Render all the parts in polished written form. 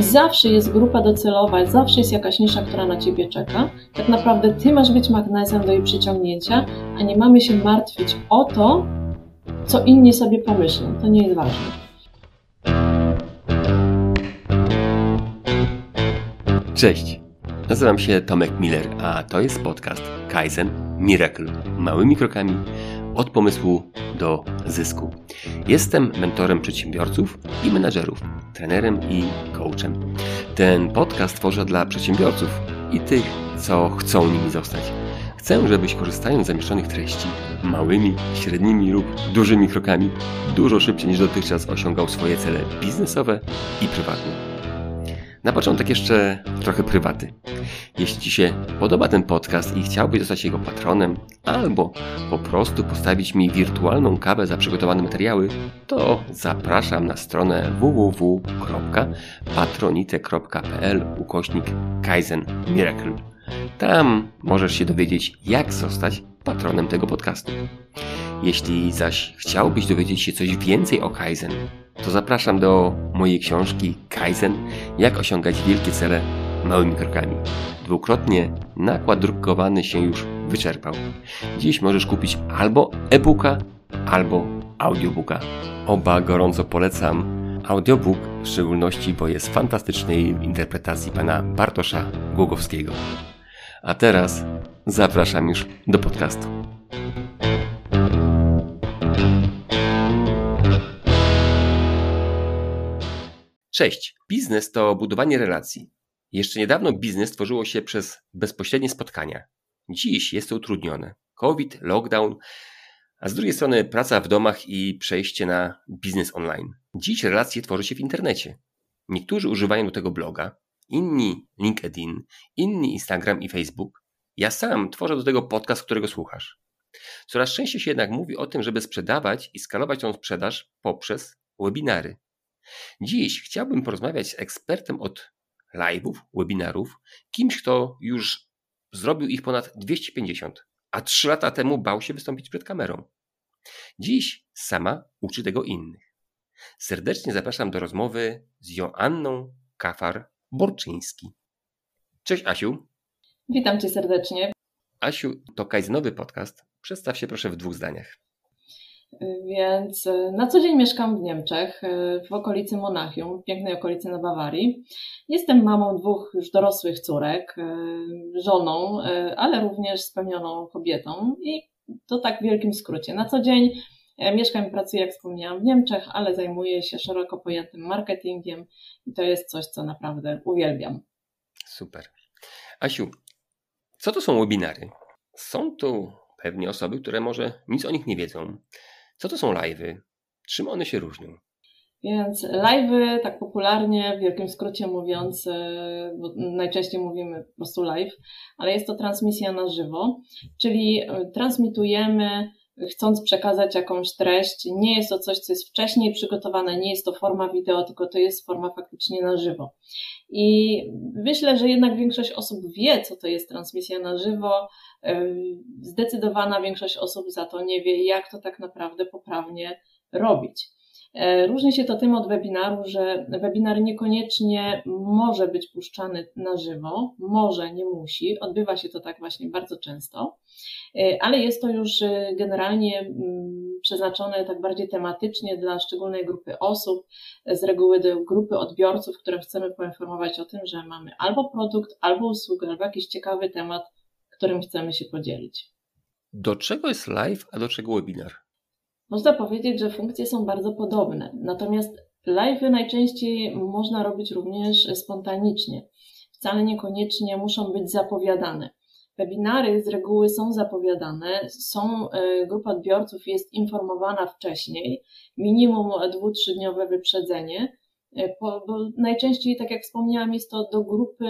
zawsze jest grupa docelowa, zawsze jest jakaś nisza, która na Ciebie czeka. Tak naprawdę Ty masz być magnesem do jej przyciągnięcia, a nie mamy się martwić o to, co inni sobie pomyślą. To nie jest ważne. Cześć, nazywam się Tomek Miller, a to jest podcast Kaizen Miracle. Małymi krokami od pomysłu do zysku. Jestem mentorem przedsiębiorców i menadżerów, trenerem i coachem. Ten podcast tworzę dla przedsiębiorców i tych, co chcą nimi zostać. Chcę, żebyś korzystając z zamieszczonych treści małymi, średnimi lub dużymi krokami dużo szybciej niż dotychczas osiągał swoje cele biznesowe i prywatne. Na początek jeszcze trochę prywaty. Jeśli Ci się podoba ten podcast i chciałbyś zostać jego patronem albo po prostu postawić mi wirtualną kawę za przygotowane materiały, to zapraszam na stronę www.patronite.pl/Kaizen Miracle. Tam możesz się dowiedzieć, jak zostać patronem tego podcastu. Jeśli zaś chciałbyś dowiedzieć się coś więcej o Kaizen, to zapraszam do mojej książki Kaizen – jak osiągać wielkie cele małymi krokami. Dwukrotnie nakład drukowany się już wyczerpał. Dziś możesz kupić albo e-booka, albo audiobooka. Oba gorąco polecam. Audiobook w szczególności, bo jest w fantastycznej interpretacji pana Bartosza Głogowskiego. A teraz zapraszam już do podcastu. Cześć! Biznes to budowanie relacji. Jeszcze niedawno biznes tworzyło się przez bezpośrednie spotkania. Dziś jest to utrudnione. COVID, lockdown, a z drugiej strony praca w domach i przejście na biznes online. Dziś relacje tworzy się w internecie. Niektórzy używają do tego bloga, inni LinkedIn, inni Instagram i Facebook. Ja sam tworzę do tego podcast, którego słuchasz. Coraz częściej się jednak mówi o tym, żeby sprzedawać i skalować tą sprzedaż poprzez webinary. Dziś chciałbym porozmawiać z ekspertem od live'ów, webinarów, kimś, kto już zrobił ich ponad 250, a 3 lata temu bał się wystąpić przed kamerą. Dziś sama uczy tego innych. Serdecznie zapraszam do rozmowy z Joanną Kafar-Borczyński. Cześć Asiu. Witam Cię serdecznie. Asiu, to kaizenowy podcast. Przedstaw się proszę w 2 zdaniach. Więc na co dzień mieszkam w Niemczech, w okolicy Monachium, w pięknej okolicy na Bawarii. Jestem mamą 2 już dorosłych córek, żoną, ale również spełnioną kobietą i to tak w wielkim skrócie. Na co dzień mieszkam i pracuję, jak wspomniałam, w Niemczech, ale zajmuję się szeroko pojętym marketingiem i to jest coś, co naprawdę uwielbiam. Super. Asiu, co to są webinary? Są tu pewnie osoby, które może nic o nich nie wiedzą. Co to są live'y? Czym one się różnią? Więc live'y, tak popularnie, w wielkim skrócie mówiąc, bo najczęściej mówimy po prostu live, ale jest to transmisja na żywo, czyli transmitujemy, chcąc przekazać jakąś treść. Nie jest to coś, co jest wcześniej przygotowane, nie jest to forma wideo, tylko to jest forma faktycznie na żywo. I myślę, że jednak większość osób wie, co to jest transmisja na żywo. Zdecydowana większość osób za to nie wie, jak to tak naprawdę poprawnie robić. Różni się to tym od webinaru, że webinar niekoniecznie może być puszczany na żywo, może, nie musi, odbywa się to tak właśnie bardzo często, ale jest to już generalnie przeznaczone tak bardziej tematycznie dla szczególnej grupy osób, z reguły do grupy odbiorców, które chcemy poinformować o tym, że mamy albo produkt, albo usługę, albo jakiś ciekawy temat, którym chcemy się podzielić. Do czego jest live, a do czego webinar? Można powiedzieć, że funkcje są bardzo podobne, natomiast live'y najczęściej można robić również spontanicznie. Wcale niekoniecznie muszą być zapowiadane. Webinary z reguły są zapowiadane, grupa odbiorców jest informowana wcześniej, minimum 2-3-dniowe wyprzedzenie, bo najczęściej, tak jak wspomniałam, jest to do grupy,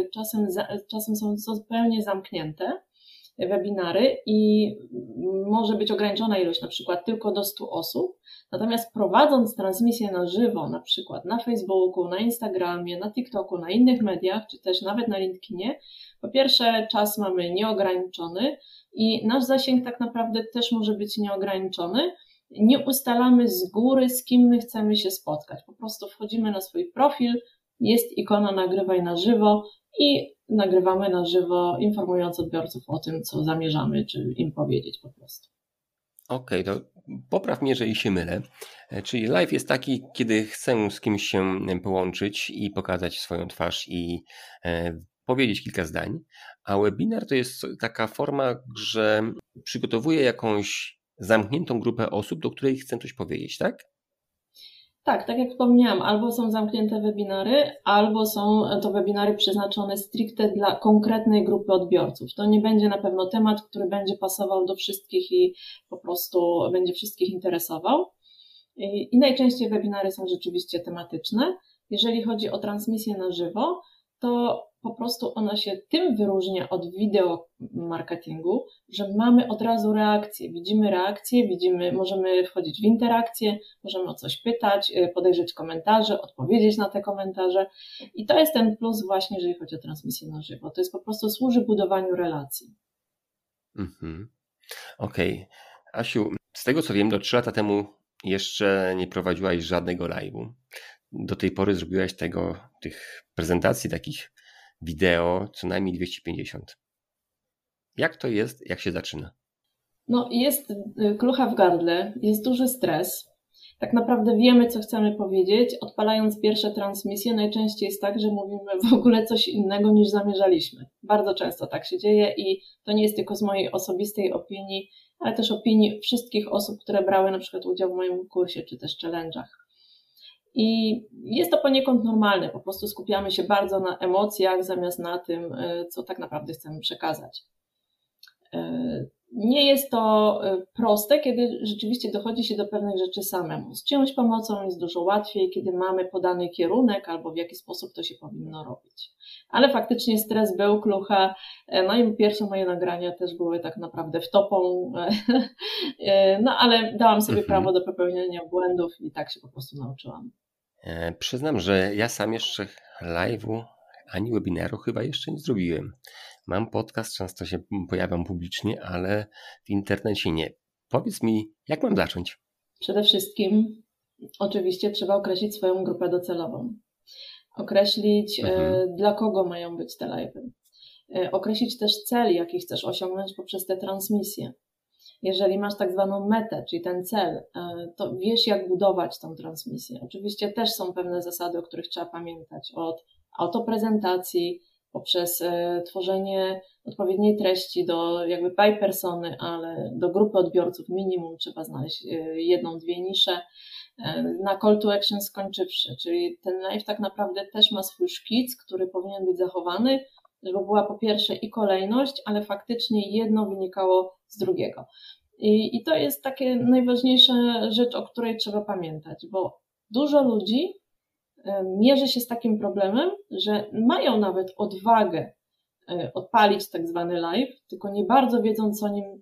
czasem są zupełnie zamknięte webinary i może być ograniczona ilość, na przykład tylko do 100 osób. Natomiast prowadząc transmisję na żywo, na przykład na Facebooku, na Instagramie, na TikToku, na innych mediach, czy też nawet na LinkedInie, po pierwsze czas mamy nieograniczony i nasz zasięg tak naprawdę też może być nieograniczony. Nie ustalamy z góry, z kim my chcemy się spotkać. Po prostu wchodzimy na swój profil, jest ikona nagrywaj na żywo i nagrywamy na żywo, informując odbiorców o tym, co zamierzamy, czy im powiedzieć po prostu. Okej, to popraw mnie, jeżeli się mylę. Czyli live jest taki, kiedy chcę z kimś się połączyć i pokazać swoją twarz i powiedzieć kilka zdań, a webinar to jest taka forma, że przygotowuję jakąś zamkniętą grupę osób, do której chcę coś powiedzieć, tak? Tak jak wspomniałam, albo są zamknięte webinary, albo są to webinary przeznaczone stricte dla konkretnej grupy odbiorców. To nie będzie na pewno temat, który będzie pasował do wszystkich i po prostu będzie wszystkich interesował. I najczęściej webinary są rzeczywiście tematyczne. Jeżeli chodzi o transmisję na żywo, to po prostu ona się tym wyróżnia od wideo marketingu, że mamy od razu reakcję, możemy wchodzić w interakcję, możemy o coś pytać, podejrzeć komentarze, odpowiedzieć na te komentarze i to jest ten plus właśnie, jeżeli chodzi o transmisję na żywo. To jest po prostu służy budowaniu relacji. Okej. Asiu, z tego co wiem, do 3 lata temu jeszcze nie prowadziłaś żadnego live'u. Do tej pory zrobiłaś tych prezentacji, takich wideo, co najmniej 250. Jak to jest, jak się zaczyna? Jest klucha w gardle, jest duży stres. Tak naprawdę wiemy, co chcemy powiedzieć. Odpalając pierwsze transmisje, najczęściej jest tak, że mówimy w ogóle coś innego niż zamierzaliśmy. Bardzo często tak się dzieje i to nie jest tylko z mojej osobistej opinii, ale też opinii wszystkich osób, które brały na przykład udział w moim kursie czy też challenge'ach. I jest to poniekąd normalne, po prostu skupiamy się bardzo na emocjach zamiast na tym, co tak naprawdę chcemy przekazać. Nie jest to proste, kiedy rzeczywiście dochodzi się do pewnych rzeczy samemu. Z czyjąś pomocą jest dużo łatwiej, kiedy mamy podany kierunek albo w jaki sposób to się powinno robić. Ale faktycznie stres był, klucha, i pierwsze moje nagrania też były tak naprawdę wtopą, ale dałam sobie prawo do popełniania błędów i tak się po prostu nauczyłam. Przyznam, że ja sam jeszcze live'u ani webinaru chyba jeszcze nie zrobiłem. Mam podcast, często się pojawiam publicznie, ale w internecie nie. Powiedz mi, jak mam zacząć? Przede wszystkim oczywiście trzeba określić swoją grupę docelową. Określić, dla kogo mają być te live'y. Określić też cel, jaki chcesz osiągnąć poprzez te transmisje. Jeżeli masz tak zwaną metę, czyli ten cel, to wiesz, jak budować tą transmisję. Oczywiście też są pewne zasady, o których trzeba pamiętać. Od autoprezentacji, poprzez tworzenie odpowiedniej treści do jakby by persony, ale do grupy odbiorców minimum trzeba znaleźć 1-2 nisze. Na call to action skończywszy, czyli ten live tak naprawdę też ma swój szkic, który powinien być zachowany, żeby była po pierwsze i kolejność, ale faktycznie jedno wynikało z drugiego. I to jest takie najważniejsza rzecz, o której trzeba pamiętać, bo dużo ludzi mierzy się z takim problemem, że mają nawet odwagę odpalić tak zwany live, tylko nie bardzo wiedzą,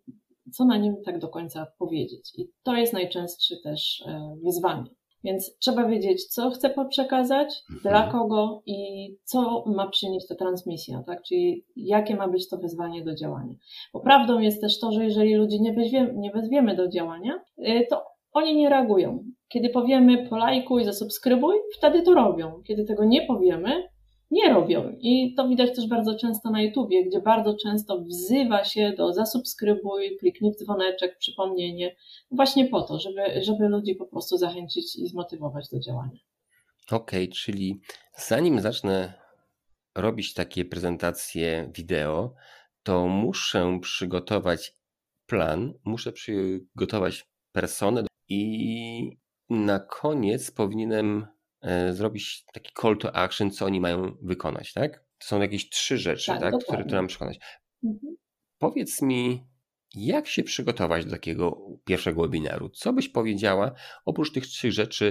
co na nim tak do końca powiedzieć. I to jest najczęstsze też wyzwanie. Więc trzeba wiedzieć, co chcę przekazać, dla kogo i co ma przynieść ta transmisja, tak? Czyli jakie ma być to wyzwanie do działania. Bo prawdą jest też to, że jeżeli ludzi nie wezwiemy do działania, to oni nie reagują. Kiedy powiemy polajkuj, zasubskrybuj, wtedy to robią. Kiedy tego nie powiemy, nie robią. I to widać też bardzo często na YouTubie, gdzie bardzo często wzywa się do zasubskrybuj, kliknij w dzwoneczek, przypomnienie, właśnie po to, żeby ludzi po prostu zachęcić i zmotywować do działania. Okej, czyli zanim zacznę robić takie prezentacje wideo, to muszę przygotować plan, muszę przygotować personę i na koniec powinienem zrobić taki call to action, co oni mają wykonać, tak? To są jakieś 3 rzeczy, tak? Które mam przekonać. Powiedz mi, jak się przygotować do takiego pierwszego webinaru? Co byś powiedziała, oprócz tych 3 rzeczy,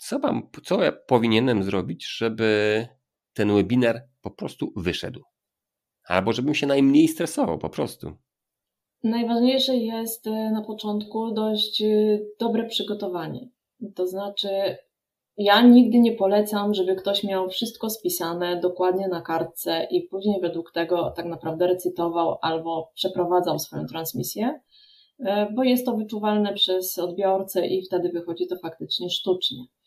co ja powinienem zrobić, żeby ten webinar po prostu wyszedł? Albo żebym się najmniej stresował po prostu. Najważniejsze jest na początku dość dobre przygotowanie. To znaczy, ja nigdy nie polecam, żeby ktoś miał wszystko spisane dokładnie na kartce i później według tego tak naprawdę recytował albo przeprowadzał swoją transmisję, bo jest to wyczuwalne przez odbiorcę i wtedy wychodzi to faktycznie sztucznie.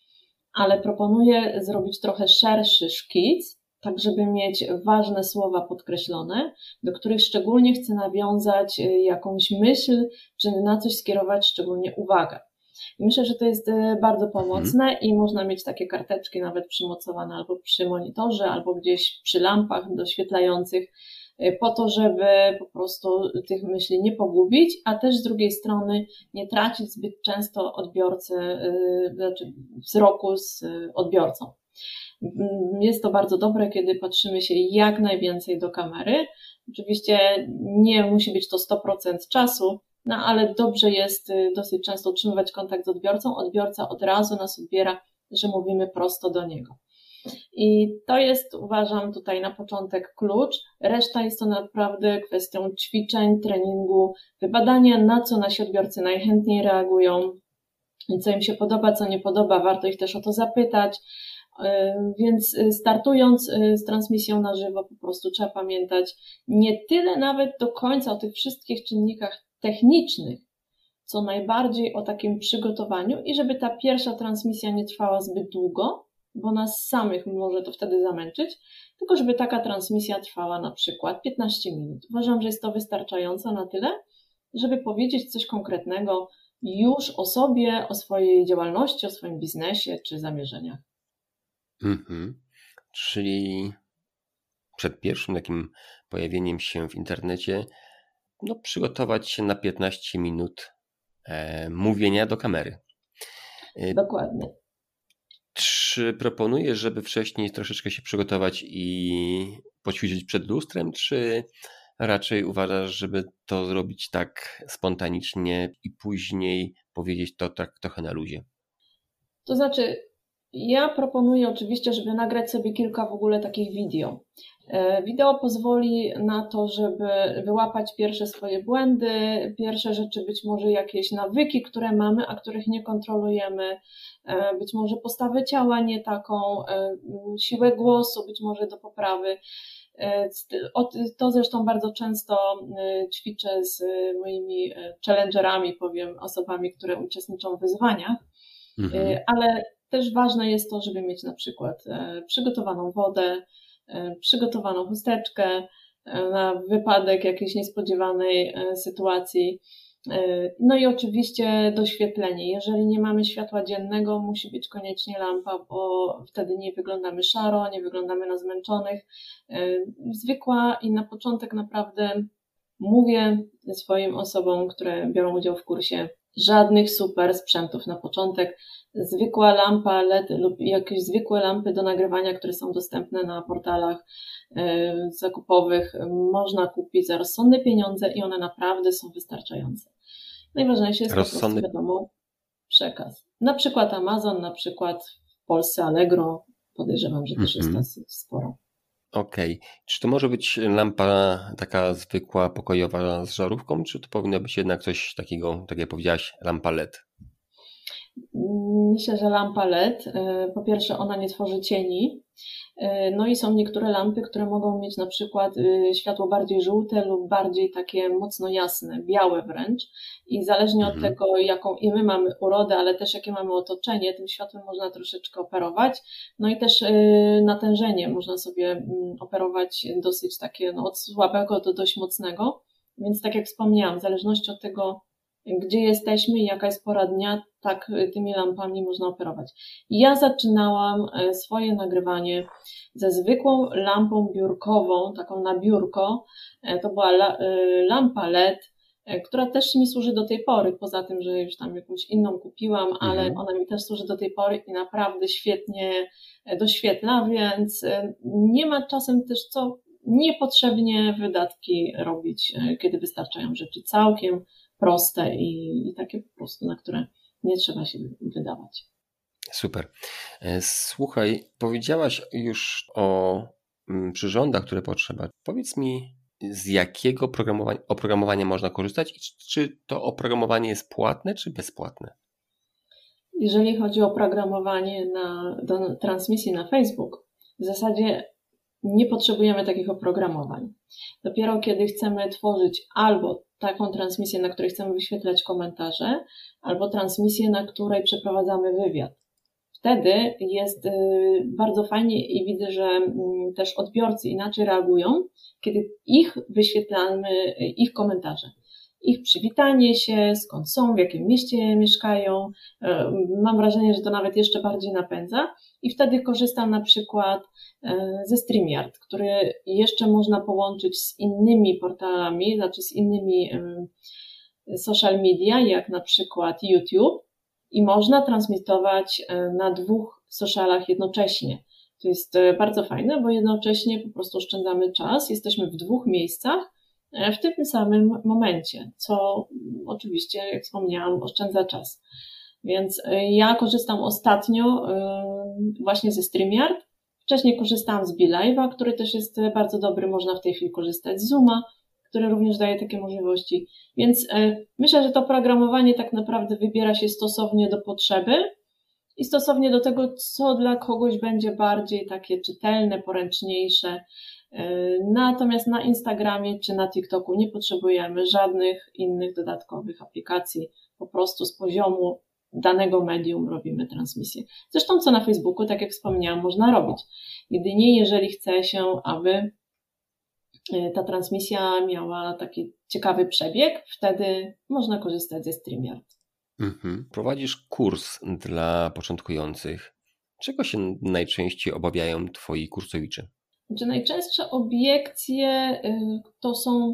ale proponuję zrobić trochę szerszy szkic, tak żeby mieć ważne słowa podkreślone, do których szczególnie chcę nawiązać jakąś myśl, czy na coś skierować szczególnie uwagę. I myślę, że to jest bardzo pomocne i można mieć takie karteczki nawet przymocowane albo przy monitorze, albo gdzieś przy lampach doświetlających, po to, żeby po prostu tych myśli nie pogubić, a też z drugiej strony nie tracić zbyt często odbiorcy, znaczy wzroku z odbiorcą. Jest to bardzo dobre, kiedy patrzymy się jak najwięcej do kamery. Oczywiście nie musi być to 100% czasu, no ale dobrze jest dosyć często utrzymywać kontakt z odbiorcą. Odbiorca od razu nas odbiera, że mówimy prosto do niego. I to jest, uważam, tutaj na początek klucz. Reszta jest to naprawdę kwestią ćwiczeń, treningu, wybadania, na co nasi odbiorcy najchętniej reagują, co im się podoba, co nie podoba, warto ich też o to zapytać. Więc startując z transmisją na żywo, po prostu trzeba pamiętać nie tyle nawet do końca o tych wszystkich czynnikach technicznych, co najbardziej o takim przygotowaniu i żeby ta pierwsza transmisja nie trwała zbyt długo, bo nas samych może to wtedy zamęczyć, tylko żeby taka transmisja trwała na przykład 15 minut. Uważam, że jest to wystarczająco na tyle, żeby powiedzieć coś konkretnego już o sobie, o swojej działalności, o swoim biznesie czy zamierzeniach. Czyli przed pierwszym takim pojawieniem się w internecie, przygotować się na 15 minut mówienia do kamery. Dokładnie. Czy proponujesz, żeby wcześniej troszeczkę się przygotować i poćwiczyć przed lustrem, czy raczej uważasz, żeby to zrobić tak spontanicznie i później powiedzieć to tak trochę na luzie? To znaczy, ja proponuję oczywiście, żeby nagrać sobie kilka w ogóle takich wideo. Wideo pozwoli na to, żeby wyłapać pierwsze swoje błędy, pierwsze rzeczy, być może jakieś nawyki, które mamy, a których nie kontrolujemy, być może postawę ciała nie taką, siłę głosu, być może do poprawy. To zresztą bardzo często ćwiczę z moimi challengerami, powiem, osobami, które uczestniczą w wyzwaniach, ale też ważne jest to, żeby mieć na przykład przygotowaną wodę, przygotowaną chusteczkę na wypadek jakiejś niespodziewanej sytuacji. No i oczywiście doświetlenie. Jeżeli nie mamy światła dziennego, musi być koniecznie lampa, bo wtedy nie wyglądamy szaro, nie wyglądamy na zmęczonych. Zwykła i na początek naprawdę mówię swoim osobom, które biorą udział w kursie, żadnych super sprzętów na początek. Zwykła lampa LED lub jakieś zwykłe lampy do nagrywania, które są dostępne na portalach zakupowych, można kupić za rozsądne pieniądze i one naprawdę są wystarczające. Najważniejsze jest po prostu, wiadomo, przekaz. Na przykład Amazon, na przykład w Polsce Allegro, podejrzewam, że też jest dosyć sporo. Okej. Czy to może być lampa taka zwykła, pokojowa z żarówką, czy to powinno być jednak coś takiego, tak jak powiedziałaś, lampa LED? Myślę, że lampa LED, po pierwsze ona nie tworzy cieni, no i są niektóre lampy, które mogą mieć na przykład światło bardziej żółte lub bardziej takie mocno jasne, białe wręcz i zależnie od tego, jaką i my mamy urodę, ale też jakie mamy otoczenie, tym światłem można troszeczkę operować, no i też natężenie można sobie operować dosyć takie od słabego do dość mocnego, więc tak jak wspomniałam, w zależności od tego, gdzie jesteśmy i jaka jest pora dnia, tak tymi lampami można operować. Ja zaczynałam swoje nagrywanie ze zwykłą lampą biurkową, taką na biurko. To była lampa LED, która też mi służy do tej pory, poza tym, że już tam jakąś inną kupiłam, ale ona mi też służy do tej pory i naprawdę świetnie doświetla, więc nie ma czasem też co niepotrzebnie wydatki robić, kiedy wystarczają rzeczy całkiem proste i takie po prostu, na które nie trzeba się wydawać. Super. Słuchaj, powiedziałaś już o przyrządach, które potrzeba. Powiedz mi, z jakiego oprogramowania można korzystać i czy to oprogramowanie jest płatne czy bezpłatne? Jeżeli chodzi o oprogramowanie do transmisji na Facebook, w zasadzie nie potrzebujemy takich oprogramowań. Dopiero kiedy chcemy tworzyć albo taką transmisję, na której chcemy wyświetlać komentarze, albo transmisję, na której przeprowadzamy wywiad. Wtedy jest bardzo fajnie i widzę, że też odbiorcy inaczej reagują, kiedy ich wyświetlamy, ich komentarze. Ich przywitanie się, skąd są, w jakim mieście mieszkają. Mam wrażenie, że to nawet jeszcze bardziej napędza i wtedy korzystam na przykład ze StreamYard, który jeszcze można połączyć z innymi portalami, znaczy z innymi social media, jak na przykład YouTube i można transmitować na 2 socialach jednocześnie. To jest bardzo fajne, bo jednocześnie po prostu oszczędzamy czas, jesteśmy w 2 miejscach w tym samym momencie, co oczywiście, jak wspomniałam, oszczędza czas. Więc ja korzystam ostatnio właśnie ze StreamYard. Wcześniej korzystałam z BeLive'a, który też jest bardzo dobry. Można w tej chwili korzystać z Zooma, który również daje takie możliwości. Więc myślę, że to programowanie tak naprawdę wybiera się stosownie do potrzeby i stosownie do tego, co dla kogoś będzie bardziej takie czytelne, poręczniejsze. Natomiast na Instagramie czy na TikToku nie potrzebujemy żadnych innych dodatkowych aplikacji. Po prostu z poziomu danego medium robimy transmisję. Zresztą co na Facebooku, tak jak wspomniałam, można robić. Jedynie jeżeli chce się, aby ta transmisja miała taki ciekawy przebieg, wtedy można korzystać ze StreamYard. Prowadzisz kurs dla początkujących. Czego się najczęściej obawiają twoi kursowicze? Znaczy, najczęstsze obiekcje to są,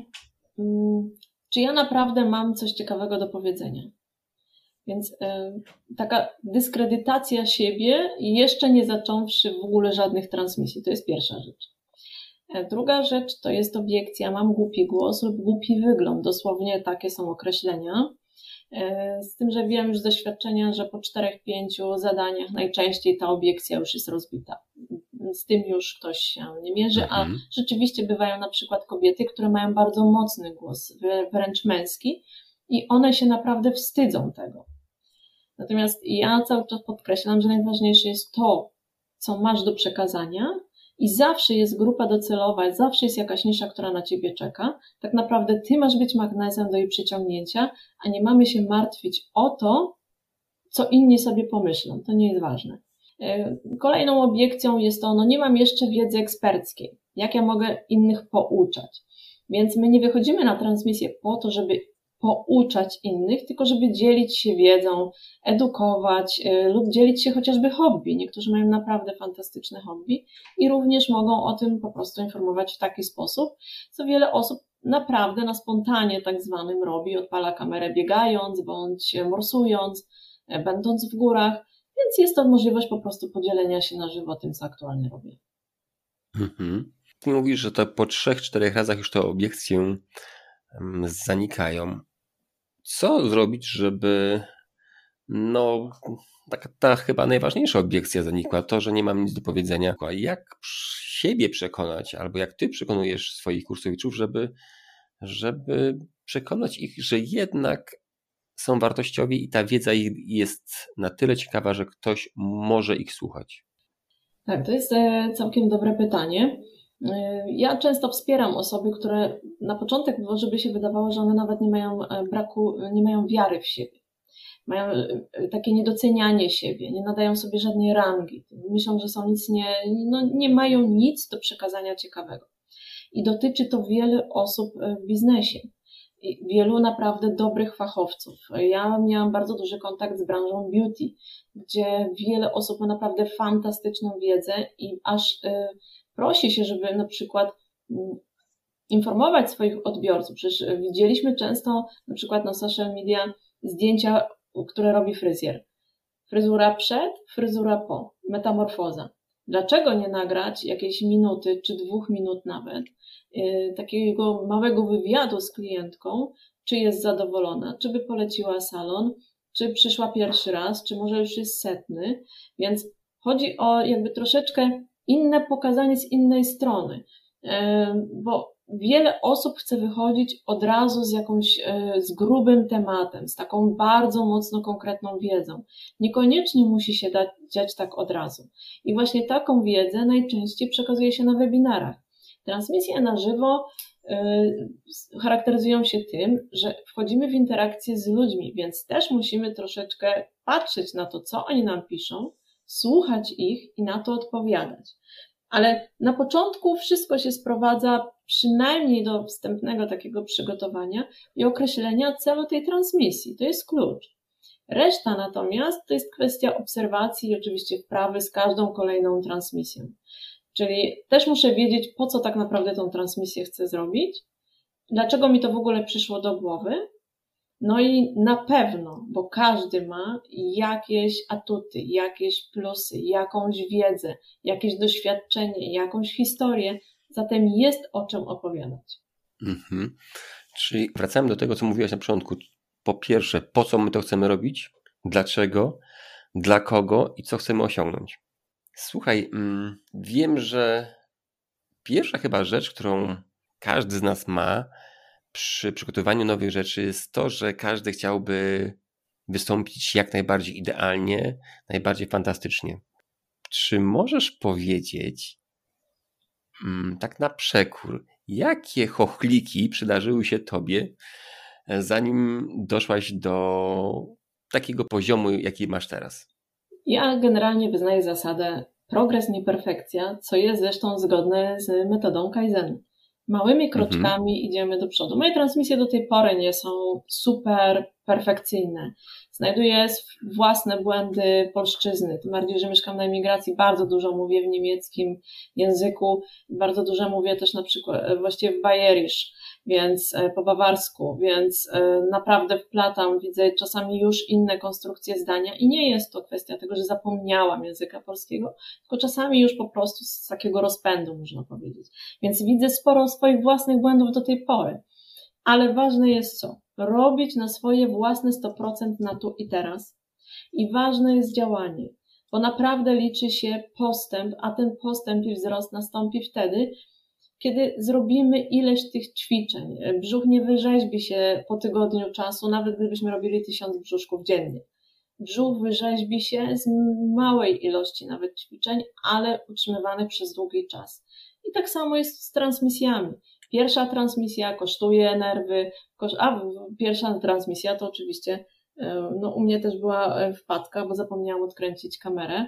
czy ja naprawdę mam coś ciekawego do powiedzenia. Więc taka dyskredytacja siebie, jeszcze nie zacząwszy w ogóle żadnych transmisji. To jest pierwsza rzecz. Druga rzecz to jest obiekcja, mam głupi głos lub głupi wygląd. Dosłownie takie są określenia. Z tym, że wiem już z doświadczenia, że po 4-5 zadaniach najczęściej ta obiekcja już jest rozbita. Z tym już ktoś się nie mierzy, a rzeczywiście bywają na przykład kobiety, które mają bardzo mocny głos, wręcz męski i one się naprawdę wstydzą tego. Natomiast ja cały czas podkreślam, że najważniejsze jest to, co masz do przekazania i zawsze jest grupa docelowa, zawsze jest jakaś nisza, która na ciebie czeka. Tak naprawdę ty masz być magnesem do jej przyciągnięcia, a nie mamy się martwić o to, co inni sobie pomyślą. To nie jest ważne. Kolejną obiekcją jest to, nie mam jeszcze wiedzy eksperckiej. Jak ja mogę innych pouczać? Więc my nie wychodzimy na transmisję po to, żeby pouczać innych, tylko żeby dzielić się wiedzą, edukować lub dzielić się chociażby hobby. Niektórzy mają naprawdę fantastyczne hobby i również mogą o tym po prostu informować w taki sposób, co wiele osób naprawdę na spontanie tak zwanym robi, odpala kamerę biegając, bądź morsując, będąc w górach, więc jest to możliwość po prostu podzielenia się na żywo tym, co aktualnie robię. Ty mówisz, że to po 3-4 razach już te obiekcje zanikają. Co zrobić, żeby ta chyba najważniejsza obiekcja zanikła, to, że nie mam nic do powiedzenia. Jak siebie przekonać, albo jak ty przekonujesz swoich kursowiczów, żeby przekonać ich, że jednak są wartościowi i ta wiedza jest na tyle ciekawa, że ktoś może ich słuchać? Tak, to jest całkiem dobre pytanie. Ja często wspieram osoby, które na początek może by się wydawało, że one nawet nie mają wiary w siebie. Mają takie niedocenianie siebie, nie nadają sobie żadnej rangi. Myślą, że są nie mają nic do przekazania ciekawego. I dotyczy to wielu osób w biznesie. Wielu naprawdę dobrych fachowców. Ja miałam bardzo duży kontakt z branżą beauty, gdzie wiele osób ma naprawdę fantastyczną wiedzę i aż prosi się, żeby na przykład informować swoich odbiorców. Przecież widzieliśmy często na przykład na social media zdjęcia, które robi fryzjer. Fryzura przed, fryzura po, metamorfoza. Dlaczego nie nagrać jakiejś minuty, czy 2 minut nawet, takiego małego wywiadu z klientką, czy jest zadowolona, czy by poleciła salon, czy przyszła pierwszy raz, czy może już jest 100. Więc chodzi o jakby troszeczkę inne pokazanie z innej strony, bo wiele osób chce wychodzić od razu z grubym tematem, z taką bardzo mocno konkretną wiedzą. Niekoniecznie musi się dziać tak od razu. I właśnie taką wiedzę najczęściej przekazuje się na webinarach. Transmisje na żywo charakteryzują się tym, że wchodzimy w interakcję z ludźmi, więc też musimy troszeczkę patrzeć na to, co oni nam piszą, słuchać ich i na to odpowiadać. Ale na początku wszystko się sprowadza przynajmniej do wstępnego takiego przygotowania i określenia celu tej transmisji. To jest klucz. Reszta natomiast to jest kwestia obserwacji i oczywiście wprawy z każdą kolejną transmisją. Czyli też muszę wiedzieć, po co tak naprawdę tą transmisję chcę zrobić, dlaczego mi to w ogóle przyszło do głowy. No i na pewno, bo każdy ma jakieś atuty, jakieś plusy, jakąś wiedzę, jakieś doświadczenie, jakąś historię, zatem jest o czym opowiadać. Czyli wracamy do tego, co mówiłaś na początku. Po pierwsze, po co my to chcemy robić? Dlaczego? Dla kogo? I co chcemy osiągnąć? Słuchaj, wiem, że pierwsza chyba rzecz, którą każdy z nas ma przy przygotowywaniu nowych rzeczy, jest to, że każdy chciałby wystąpić jak najbardziej idealnie, najbardziej fantastycznie. Czy możesz powiedzieć, tak na przekór, jakie chochliki przydarzyły się tobie, zanim doszłaś do takiego poziomu, jaki masz teraz? Ja generalnie wyznaję zasadę progres, nie perfekcja, co jest zresztą zgodne z metodą Kaizen. Małymi kroczkami idziemy do przodu. Moje transmisje do tej pory nie są super perfekcyjne. Znajduję własne błędy polszczyzny. Tym bardziej, że mieszkam na emigracji, bardzo dużo mówię w niemieckim języku, bardzo dużo mówię też na przykład właściwie w Bayerisch, więc po bawarsku, więc naprawdę wplatam, widzę czasami już inne konstrukcje zdania i nie jest to kwestia tego, że zapomniałam języka polskiego, tylko czasami już po prostu z takiego rozpędu, można powiedzieć. Więc widzę sporo swoich własnych błędów do tej pory. Ale ważne jest co? Robić na swoje własne 100% na tu i teraz. I ważne jest działanie, bo naprawdę liczy się postęp, a ten postęp i wzrost nastąpi wtedy, kiedy zrobimy ileś tych ćwiczeń. Brzuch nie wyrzeźbi się po tygodniu czasu, nawet gdybyśmy robili 1000 brzuszków dziennie. Brzuch wyrzeźbi się z małej ilości nawet ćwiczeń, ale utrzymywanych przez długi czas. I tak samo jest z transmisjami. Pierwsza transmisja kosztuje nerwy, pierwsza transmisja to oczywiście, u mnie też była wpadka, bo zapomniałam odkręcić kamerę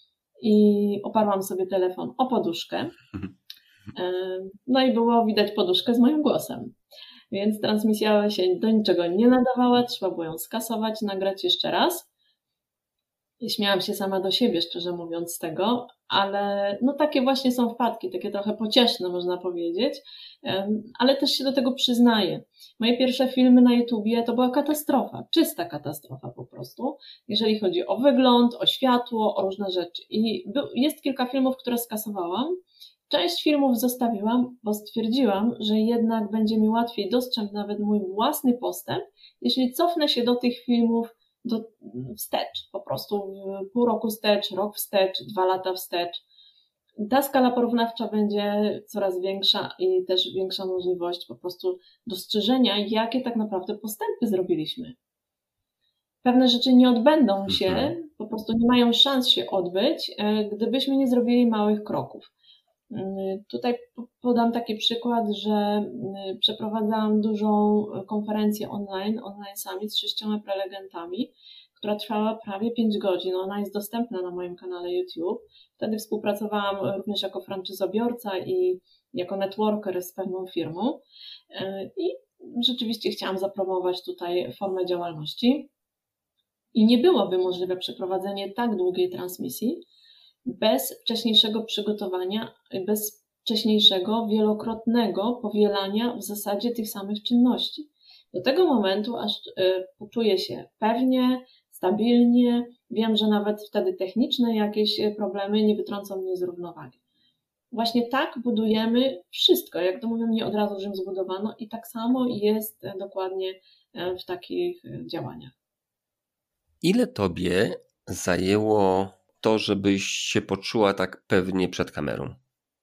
i oparłam sobie telefon o poduszkę. No i było widać poduszkę z moim głosem. Więc transmisja się do niczego nie nadawała, trzeba było ją skasować, nagrać jeszcze raz. I śmiałam się sama do siebie, szczerze mówiąc, z tego, ale takie właśnie są wpadki, takie trochę pocieszne, można powiedzieć, ale też się do tego przyznaję. Moje pierwsze filmy na YouTubie to była katastrofa, czysta katastrofa po prostu, jeżeli chodzi o wygląd, o światło, o różne rzeczy. I jest kilka filmów, które skasowałam. Część filmów zostawiłam, bo stwierdziłam, że jednak będzie mi łatwiej dostrzec nawet mój własny postęp, jeśli cofnę się do tych filmów wstecz, po prostu pół roku wstecz, rok wstecz, 2 lata wstecz. Ta skala porównawcza będzie coraz większa i też większa możliwość po prostu dostrzeżenia, jakie tak naprawdę postępy zrobiliśmy. Pewne rzeczy nie odbędą się, po prostu nie mają szans się odbyć, gdybyśmy nie zrobili małych kroków. Tutaj podam taki przykład, że przeprowadzałam dużą konferencję online summit z 6 prelegentami, która trwała prawie 5 godzin. Ona jest dostępna na moim kanale YouTube. Wtedy współpracowałam również jako franczyzobiorca i jako networker z pewną firmą i rzeczywiście chciałam zapromować tutaj formę działalności i nie byłoby możliwe przeprowadzenie tak długiej transmisji bez wcześniejszego przygotowania, bez wcześniejszego, wielokrotnego powielania w zasadzie tych samych czynności. Do tego momentu, aż poczuję się pewnie, stabilnie, wiem, że nawet wtedy techniczne jakieś problemy nie wytrącą mnie z równowagi. Właśnie tak budujemy wszystko, jak to mówią, nie od razu Rzym zbudowano i tak samo jest dokładnie w takich działaniach. Ile tobie zajęło to, żebyś się poczuła tak pewnie przed kamerą?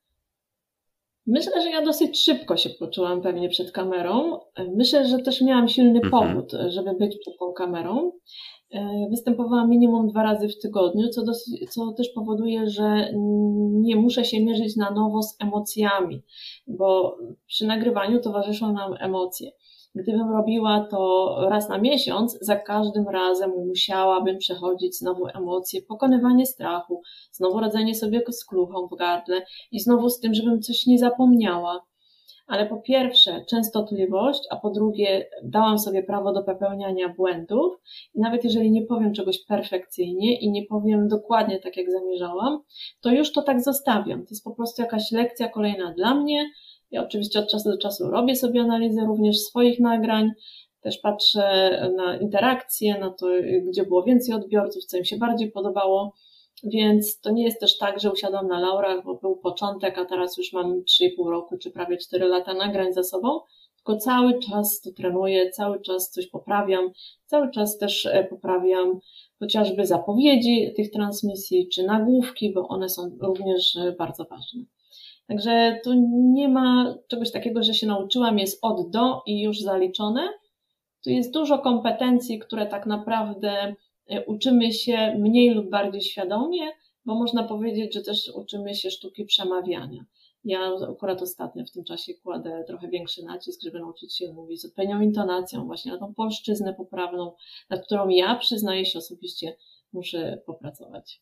Myślę, że ja dosyć szybko się poczułam pewnie przed kamerą. Myślę, że też miałam silny powód, żeby być przed tą kamerą. Występowałam minimum 2 razy w tygodniu, co też powoduje, że nie muszę się mierzyć na nowo z emocjami, bo przy nagrywaniu towarzyszą nam emocje. Gdybym robiła to raz na miesiąc, za każdym razem musiałabym przechodzić znowu emocje, pokonywanie strachu, znowu radzenie sobie z kluchą w gardle i znowu z tym, żebym coś nie zapomniała. Ale po pierwsze częstotliwość, a po drugie dałam sobie prawo do popełniania błędów i nawet jeżeli nie powiem czegoś perfekcyjnie i nie powiem dokładnie tak, jak zamierzałam, to już to tak zostawiam. To jest po prostu jakaś lekcja kolejna dla mnie. Ja oczywiście od czasu do czasu robię sobie analizę również swoich nagrań, też patrzę na interakcje, na to, gdzie było więcej odbiorców, co im się bardziej podobało. Więc to nie jest też tak, że usiadłam na laurach, bo był początek, a teraz już mam 3,5 roku czy prawie 4 lata nagrań za sobą, tylko cały czas to trenuję, cały czas coś poprawiam, cały czas też poprawiam chociażby zapowiedzi tych transmisji czy nagłówki, bo one są również bardzo ważne. Także tu nie ma czegoś takiego, że się nauczyłam, jest od do i już zaliczone. Tu jest dużo kompetencji, które tak naprawdę uczymy się mniej lub bardziej świadomie, bo można powiedzieć, że też uczymy się sztuki przemawiania. Ja akurat ostatnio w tym czasie kładę trochę większy nacisk, żeby nauczyć się mówić z odpowiednią intonacją, właśnie na tą polszczyznę poprawną, nad którą ja, przyznaję się osobiście, muszę popracować.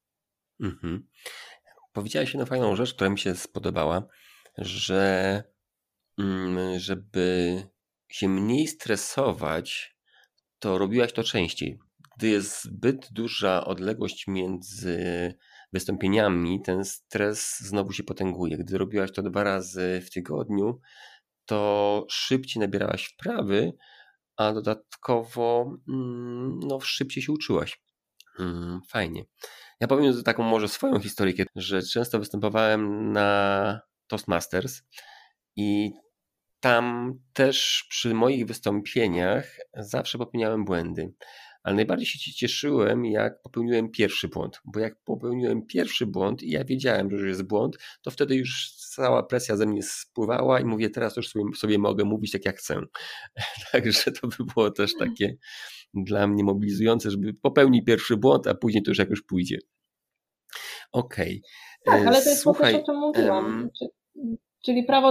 Powiedziałaś jedną fajną rzecz, która mi się spodobała, że żeby się mniej stresować, to robiłaś to częściej. Gdy jest zbyt duża odległość między wystąpieniami, ten stres znowu się potęguje. Gdy robiłaś to 2 razy w tygodniu, to szybciej nabierałaś wprawy, a dodatkowo szybciej się uczyłaś. Fajnie. Ja powiem taką może swoją historię, że często występowałem na Toastmasters i tam też przy moich wystąpieniach zawsze popełniałem błędy. Ale najbardziej się cieszyłem, jak popełniłem pierwszy błąd, bo jak popełniłem pierwszy błąd i ja wiedziałem, że już jest błąd, to wtedy już cała presja ze mnie spływała i mówię, teraz już sobie mogę mówić tak, jak chcę. Także to by było też takie dla mnie mobilizujące, żeby popełnić pierwszy błąd, a później to już jak już pójdzie. Okej. Tak, ale to jest też o czym mówiłam. Czyli prawo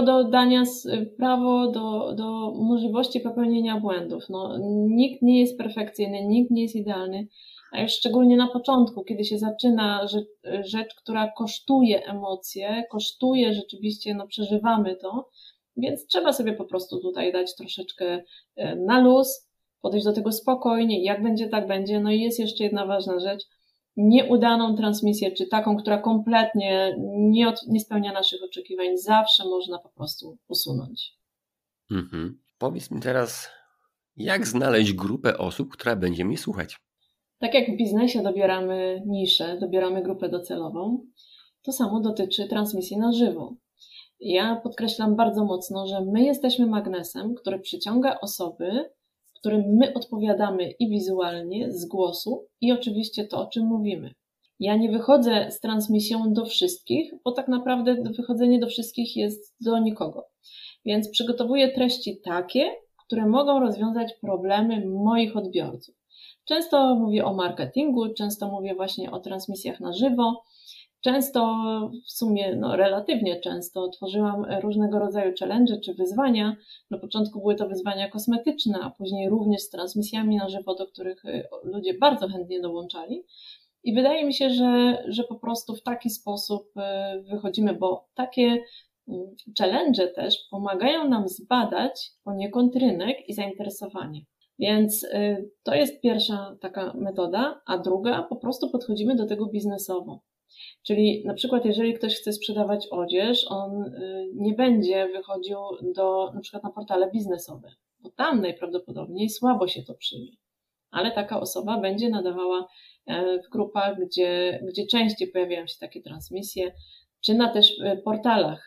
do możliwości popełnienia błędów. No, nikt nie jest perfekcyjny, nikt nie jest idealny, a już szczególnie na początku, kiedy się zaczyna rzecz, która kosztuje emocje, kosztuje rzeczywiście, przeżywamy to, więc trzeba sobie po prostu tutaj dać troszeczkę na luz, podejść do tego spokojnie, jak będzie, tak będzie. No i jest jeszcze jedna ważna rzecz, nieudaną transmisję, czy taką, która kompletnie nie spełnia naszych oczekiwań, zawsze można po prostu usunąć. Powiedz mi teraz, jak znaleźć grupę osób, która będzie mnie słuchać? Tak jak w biznesie dobieramy niszę, dobieramy grupę docelową, to samo dotyczy transmisji na żywo. Ja podkreślam bardzo mocno, że my jesteśmy magnesem, który przyciąga osoby, którym my odpowiadamy i wizualnie, z głosu i oczywiście to, o czym mówimy. Ja nie wychodzę z transmisją do wszystkich, bo tak naprawdę wychodzenie do wszystkich jest do nikogo. Więc przygotowuję treści takie, które mogą rozwiązać problemy moich odbiorców. Często mówię o marketingu, często mówię właśnie o transmisjach na żywo. Często, w sumie relatywnie często tworzyłam różnego rodzaju challenge czy wyzwania. Na początku były to wyzwania kosmetyczne, a później również z transmisjami na żywo, do których ludzie bardzo chętnie dołączali. I wydaje mi się, że po prostu w taki sposób wychodzimy, bo takie challenge też pomagają nam zbadać poniekąd rynek i zainteresowanie. Więc to jest pierwsza taka metoda, a druga, po prostu podchodzimy do tego biznesowo. Czyli na przykład jeżeli ktoś chce sprzedawać odzież, on nie będzie wychodził na przykład na portale biznesowe, bo tam najprawdopodobniej słabo się to przyjmie. Ale taka osoba będzie nadawała w grupach, gdzie częściej pojawiają się takie transmisje, czy na też portalach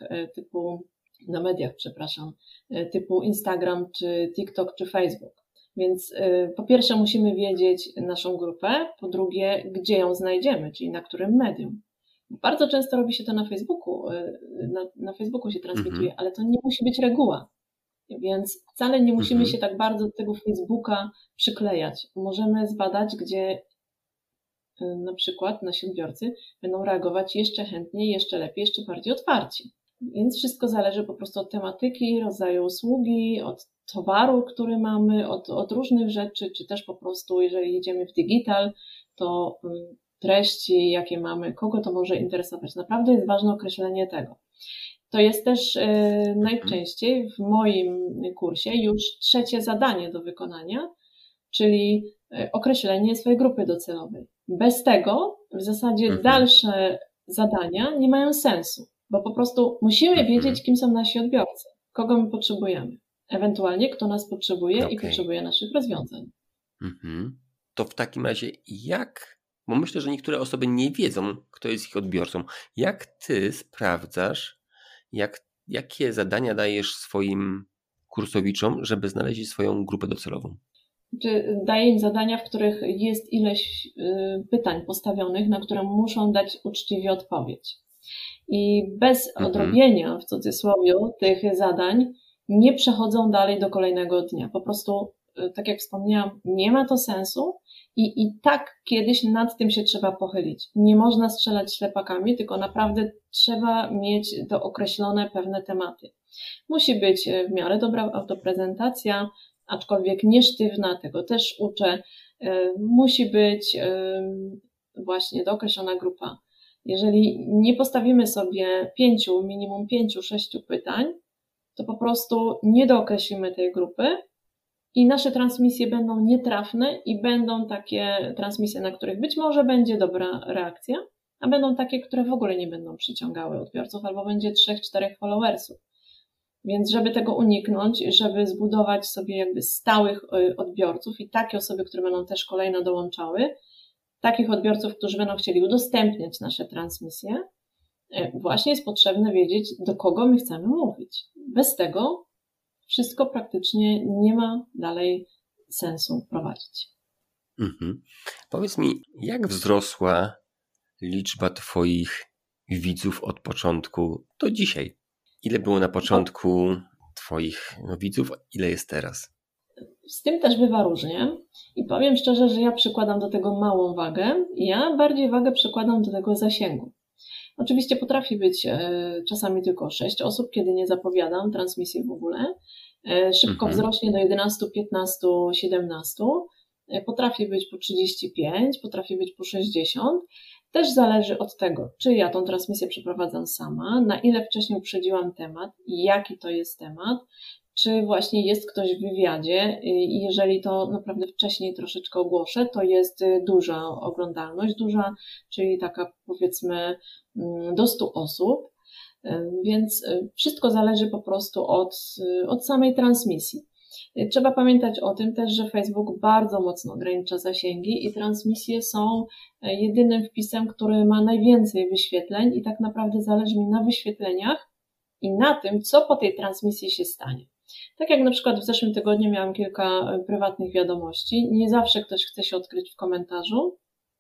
na mediach, typu Instagram, czy TikTok, czy Facebook. Więc po pierwsze musimy wiedzieć naszą grupę, po drugie gdzie ją znajdziemy, czyli na którym medium. Bardzo często robi się to na Facebooku, na Facebooku się transmituje, ale to nie musi być reguła. Więc wcale nie musimy się tak bardzo do tego Facebooka przyklejać. Możemy zbadać, gdzie na przykład nasi odbiorcy będą reagować jeszcze chętniej, jeszcze lepiej, jeszcze bardziej otwarci. Więc wszystko zależy po prostu od tematyki, rodzaju usługi, od towaru, który mamy, od różnych rzeczy, czy też po prostu, jeżeli idziemy w digital, to treści, jakie mamy, kogo to może interesować. Naprawdę jest ważne określenie tego. To jest też najczęściej w moim kursie już trzecie zadanie do wykonania, czyli określenie swojej grupy docelowej. Bez tego w zasadzie dalsze zadania nie mają sensu, bo po prostu musimy wiedzieć, kim są nasi odbiorcy, kogo my potrzebujemy, ewentualnie kto nas potrzebuje i potrzebuje naszych rozwiązań. To w takim razie bo myślę, że niektóre osoby nie wiedzą, kto jest ich odbiorcą. Jak ty sprawdzasz, jakie zadania dajesz swoim kursowiczom, żeby znaleźli swoją grupę docelową? Daję im zadania, w których jest ileś pytań postawionych, na które muszą dać uczciwie odpowiedź. I bez odrobienia, w cudzysłowie, tych zadań nie przechodzą dalej do kolejnego dnia. Po prostu, tak jak wspomniałam, nie ma to sensu i tak kiedyś nad tym się trzeba pochylić. Nie można strzelać ślepakami, tylko naprawdę trzeba mieć dookreślone pewne tematy. Musi być w miarę dobra autoprezentacja, aczkolwiek nie sztywna, tego też uczę. Musi być właśnie dookreślona grupa. Jeżeli nie postawimy sobie minimum 5-6 pytań, to po prostu nie dookreślimy tej grupy i nasze transmisje będą nietrafne i będą takie transmisje, na których być może będzie dobra reakcja, a będą takie, które w ogóle nie będą przyciągały odbiorców albo będzie 3-4 followersów. Więc żeby tego uniknąć, żeby zbudować sobie jakby stałych odbiorców i takie osoby, które będą też kolejno dołączały, takich odbiorców, którzy będą chcieli udostępniać nasze transmisje, właśnie jest potrzebne wiedzieć, do kogo my chcemy mówić. Bez tego wszystko praktycznie nie ma dalej sensu prowadzić. Powiedz mi, jak wzrosła liczba twoich widzów od początku do dzisiaj? Ile było na początku twoich widzów, ile jest teraz? Z tym też bywa różnie i powiem szczerze, że ja przykładam do tego małą wagę. Ja bardziej wagę przykładam do tego zasięgu. Oczywiście potrafi być czasami tylko 6 osób, kiedy nie zapowiadam transmisji w ogóle. Szybko wzrośnie do 11, 15, 17. Potrafi być po 35, potrafi być po 60. Też zależy od tego, czy ja tą transmisję przeprowadzam sama, na ile wcześniej uprzedziłam temat i jaki to jest temat, czy właśnie jest ktoś w wywiadzie i jeżeli to naprawdę wcześniej troszeczkę ogłoszę, to jest duża oglądalność, czyli taka powiedzmy do 100 osób, więc wszystko zależy po prostu od samej transmisji. Trzeba pamiętać o tym też, że Facebook bardzo mocno ogranicza zasięgi i transmisje są jedynym wpisem, który ma najwięcej wyświetleń i tak naprawdę zależy mi na wyświetleniach i na tym, co po tej transmisji się stanie. Tak jak na przykład w zeszłym tygodniu miałam kilka prywatnych wiadomości, nie zawsze ktoś chce się odkryć w komentarzu,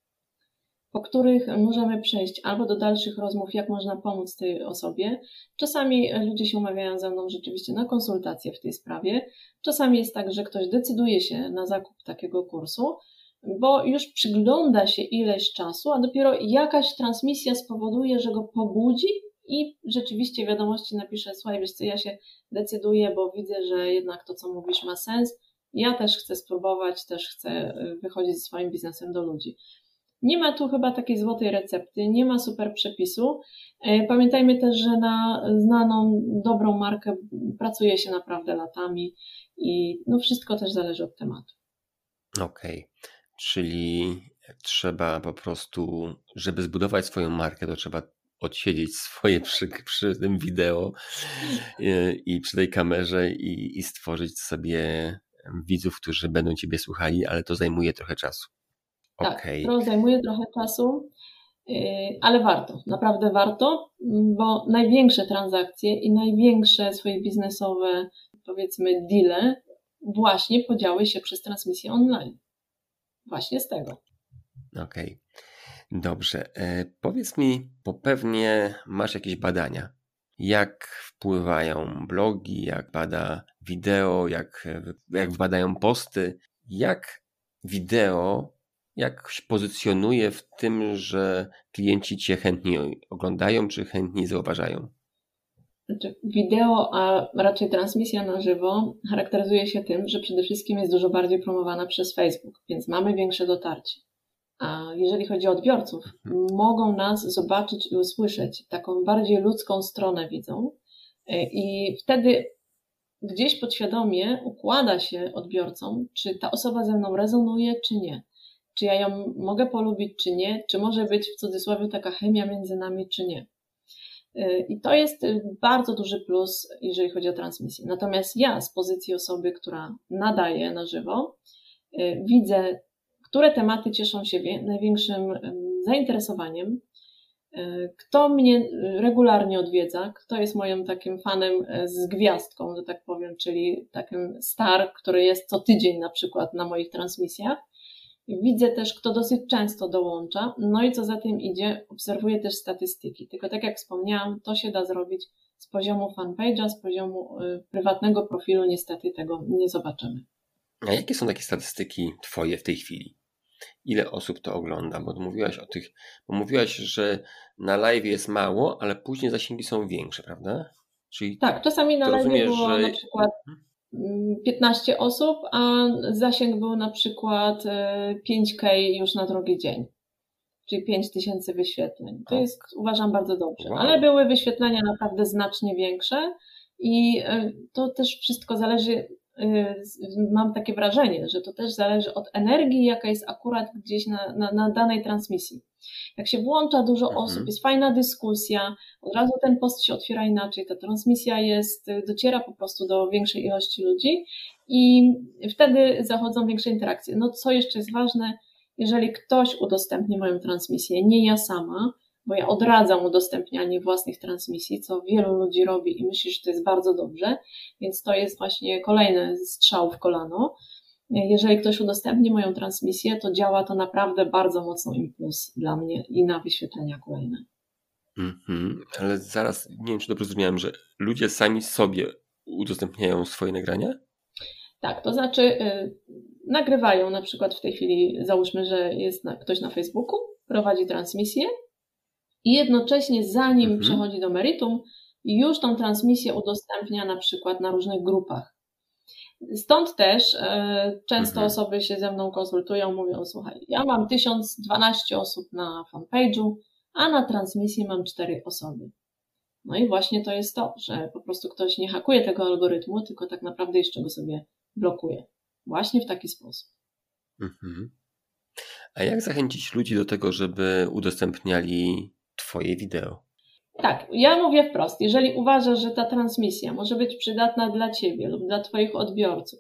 po których możemy przejść albo do dalszych rozmów, jak można pomóc tej osobie. Czasami ludzie się umawiają ze mną rzeczywiście na konsultacje w tej sprawie. Czasami jest tak, że ktoś decyduje się na zakup takiego kursu, bo już przygląda się ileś czasu, a dopiero jakaś transmisja spowoduje, że go pobudzi i rzeczywiście wiadomości napisze: słuchaj, wiesz co, ja się decyduję, bo widzę, że jednak to, co mówisz, ma sens. Ja też chcę spróbować, też chcę wychodzić ze swoim biznesem do ludzi. Nie ma tu chyba takiej złotej recepty, nie ma super przepisu. Pamiętajmy też, że na znaną, dobrą markę pracuje się naprawdę latami i wszystko też zależy od tematu. Okej, czyli trzeba po prostu, żeby zbudować swoją markę, to trzeba odsiedzieć swoje przy tym wideo i przy tej kamerze i stworzyć sobie widzów, którzy będą ciebie słuchali, ale to zajmuje trochę czasu. Tak, to zajmuje trochę czasu, ale warto, naprawdę warto, bo największe transakcje i największe swoje biznesowe, powiedzmy, deale właśnie podziały się przez transmisję online. Właśnie z tego. Okej. Dobrze. Powiedz mi, bo pewnie masz jakieś badania, jak wpływają blogi, jak bada wideo, jak badają posty, jak wideo się pozycjonuje w tym, że klienci cię chętniej oglądają, czy chętniej zauważają? Znaczy, wideo, a raczej transmisja na żywo charakteryzuje się tym, że przede wszystkim jest dużo bardziej promowana przez Facebook, więc mamy większe dotarcie. A jeżeli chodzi o odbiorców, mogą nas zobaczyć i usłyszeć, taką bardziej ludzką stronę widzą i wtedy gdzieś podświadomie układa się odbiorcom, czy ta osoba ze mną rezonuje, czy nie. Czy ja ją mogę polubić, czy nie, czy może być w cudzysłowie taka chemia między nami, czy nie. I to jest bardzo duży plus, jeżeli chodzi o transmisję. Natomiast ja z pozycji osoby, która nadaje na żywo, widzę, które tematy cieszą się największym zainteresowaniem, kto mnie regularnie odwiedza, kto jest moim takim fanem z gwiazdką, że tak powiem, czyli takim star, który jest co tydzień na przykład na moich transmisjach. Widzę też, kto dosyć często dołącza, no i co za tym idzie, obserwuję też statystyki. Tylko tak jak wspomniałam, to się da zrobić z poziomu fanpage'a, z poziomu prywatnego profilu, niestety tego nie zobaczymy. A jakie są takie statystyki Twoje w tej chwili? Ile osób to ogląda? Bo mówiłaś, że na live jest mało, ale później zasięgi są większe, prawda? Czyli tak, czasami na live było na przykład 15 osób, a zasięg był na przykład 5K już na drugi dzień, czyli 5000 wyświetleń. To jest, uważam, bardzo dobrze. Wow. Ale były wyświetlenia naprawdę znacznie większe i to też wszystko zależy, mam takie wrażenie, że to też zależy od energii, jaka jest akurat gdzieś na danej transmisji. Jak się włącza dużo osób, jest fajna dyskusja, od razu ten post się otwiera inaczej, ta transmisja dociera po prostu do większej ilości ludzi i wtedy zachodzą większe interakcje. No co jeszcze jest ważne, jeżeli ktoś udostępni moją transmisję, nie ja sama, bo ja odradzam udostępnianie własnych transmisji, co wielu ludzi robi i myślę, że to jest bardzo dobrze, więc to jest właśnie kolejny strzał w kolano. Jeżeli ktoś udostępni moją transmisję, to działa to naprawdę bardzo mocno impuls dla mnie i na wyświetlenia kolejne. Ale zaraz, nie wiem, czy dobrze zrozumiałem, że ludzie sami sobie udostępniają swoje nagrania? Tak, to znaczy nagrywają na przykład w tej chwili, załóżmy, że jest ktoś na Facebooku, prowadzi transmisję i jednocześnie zanim przechodzi do meritum, już tą transmisję udostępnia na przykład na różnych grupach. Stąd też często osoby się ze mną konsultują, mówią, słuchaj, ja mam 1012 osób na fanpage'u, a na transmisji mam 4 osoby. No i właśnie to jest to, że po prostu ktoś nie hakuje tego algorytmu, tylko tak naprawdę jeszcze go sobie blokuje. Właśnie w taki sposób. A jak zachęcić ludzi do tego, żeby udostępniali Twoje wideo? Tak, ja mówię wprost, jeżeli uważasz, że ta transmisja może być przydatna dla Ciebie lub dla Twoich odbiorców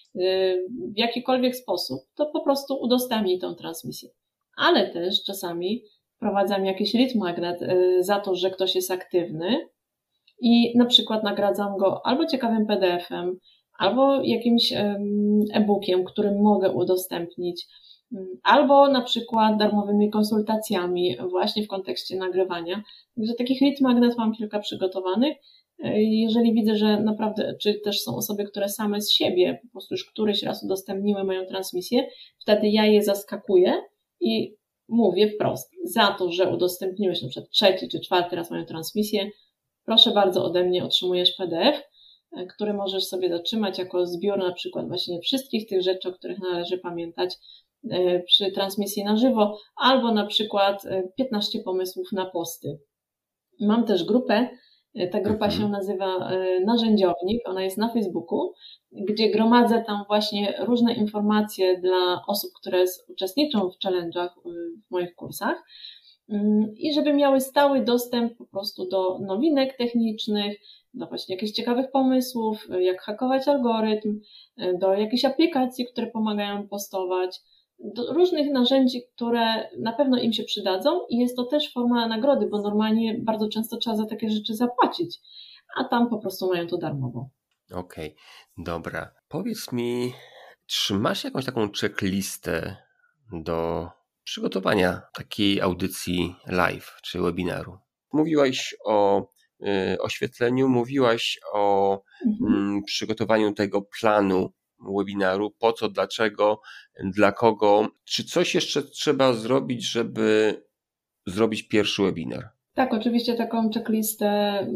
w jakikolwiek sposób, to po prostu udostępnij tą transmisję. Ale też czasami wprowadzam jakiś lead magnet za to, że ktoś jest aktywny i na przykład nagradzam go albo ciekawym PDF-em, albo jakimś e-bookiem, który mogę udostępnić, albo na przykład darmowymi konsultacjami właśnie w kontekście nagrywania. Także takich lead magnet mam kilka przygotowanych. Jeżeli widzę, że naprawdę, czy też są osoby, które same z siebie po prostu już któryś raz udostępniły moją transmisję, wtedy ja je zaskakuję i mówię wprost, za to, że udostępniłeś na przykład 3. czy 4. raz moją transmisję, proszę bardzo, ode mnie otrzymujesz PDF, który możesz sobie zatrzymać jako zbiór na przykład właśnie wszystkich tych rzeczy, o których należy pamiętać przy transmisji na żywo, albo na przykład 15 pomysłów na posty. Mam też grupę, ta grupa się nazywa Narzędziownik, ona jest na Facebooku, gdzie gromadzę tam właśnie różne informacje dla osób, które uczestniczą w challenge'ach w moich kursach i żeby miały stały dostęp po prostu do nowinek technicznych, do właśnie jakichś ciekawych pomysłów, jak hakować algorytm, do jakichś aplikacji, które pomagają postować, do różnych narzędzi, które na pewno im się przydadzą i jest to też forma nagrody, bo normalnie bardzo często trzeba za takie rzeczy zapłacić, a tam po prostu mają to darmowo. Okej, dobra. Powiedz mi, czy masz jakąś taką checklistę do przygotowania takiej audycji live czy webinaru? Mówiłaś o oświetleniu, mówiłaś o przygotowaniu tego planu webinaru, po co, dlaczego, dla kogo. Czy coś jeszcze trzeba zrobić, żeby zrobić pierwszy webinar? Tak, oczywiście taką checklistę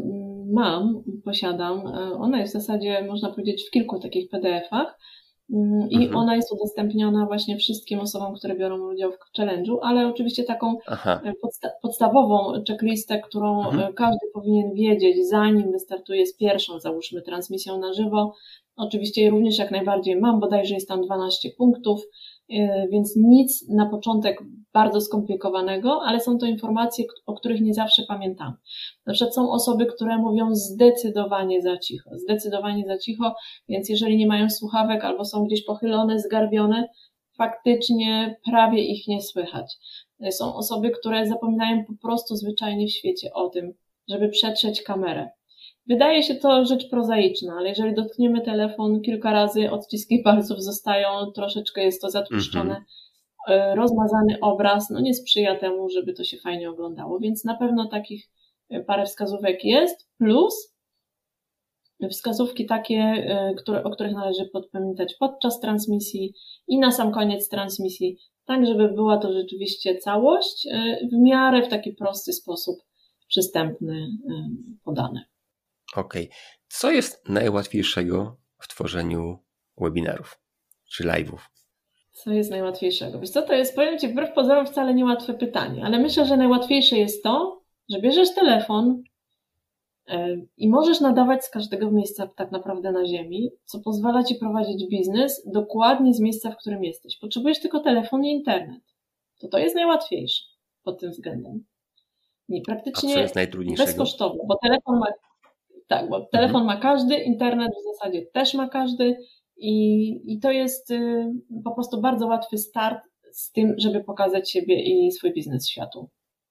posiadam. Ona jest w zasadzie, można powiedzieć, w kilku takich PDF-ach i ona jest udostępniona właśnie wszystkim osobom, które biorą udział w challenge'u, ale oczywiście taką podstawową checklistę, którą każdy powinien wiedzieć, zanim wystartuje z pierwszą, załóżmy, transmisją na żywo. Oczywiście również jak najbardziej mam, bodajże jest tam 12 punktów, więc nic na początek bardzo skomplikowanego, ale są to informacje, o których nie zawsze pamiętam. Na przykład są osoby, które mówią zdecydowanie za cicho, więc jeżeli nie mają słuchawek albo są gdzieś pochylone, zgarbione, faktycznie prawie ich nie słychać. Są osoby, które zapominają po prostu zwyczajnie w świecie o tym, żeby przetrzeć kamerę. Wydaje się to rzecz prozaiczna, ale jeżeli dotkniemy telefon kilka razy, odciski palców zostają, troszeczkę jest to zatłuszczone, rozmazany obraz, nie sprzyja temu, żeby to się fajnie oglądało, więc na pewno takich parę wskazówek jest, plus wskazówki takie, o których należy pamiętać podczas transmisji i na sam koniec transmisji, tak żeby była to rzeczywiście całość, w miarę w taki prosty sposób przystępny podane. Okej. Co jest najłatwiejszego w tworzeniu webinarów czy live'ów? Co jest najłatwiejszego? Wiesz co, to jest, powiem Ci, wbrew pozorom wcale niełatwe pytanie, ale myślę, że najłatwiejsze jest to, że bierzesz telefon i możesz nadawać z każdego miejsca tak naprawdę na ziemi, co pozwala Ci prowadzić biznes dokładnie z miejsca, w którym jesteś. Potrzebujesz tylko telefon i internet. To jest najłatwiejsze pod tym względem. I praktycznie a co jest najtrudniejszego? Bezkosztowo, bo telefon ma każdy, internet w zasadzie też ma każdy i to jest po prostu bardzo łatwy start z tym, żeby pokazać siebie i swój biznes światu.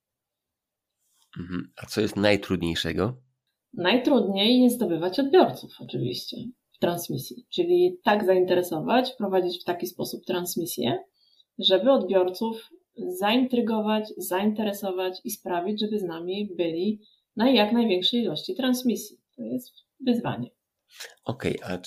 A co jest najtrudniejszego? Najtrudniej jest zdobywać odbiorców oczywiście w transmisji, czyli tak zainteresować, prowadzić w taki sposób transmisję, żeby odbiorców zaintrygować, zainteresować i sprawić, żeby z nami byli na jak największej ilości transmisji. To jest wyzwanie. Okej, a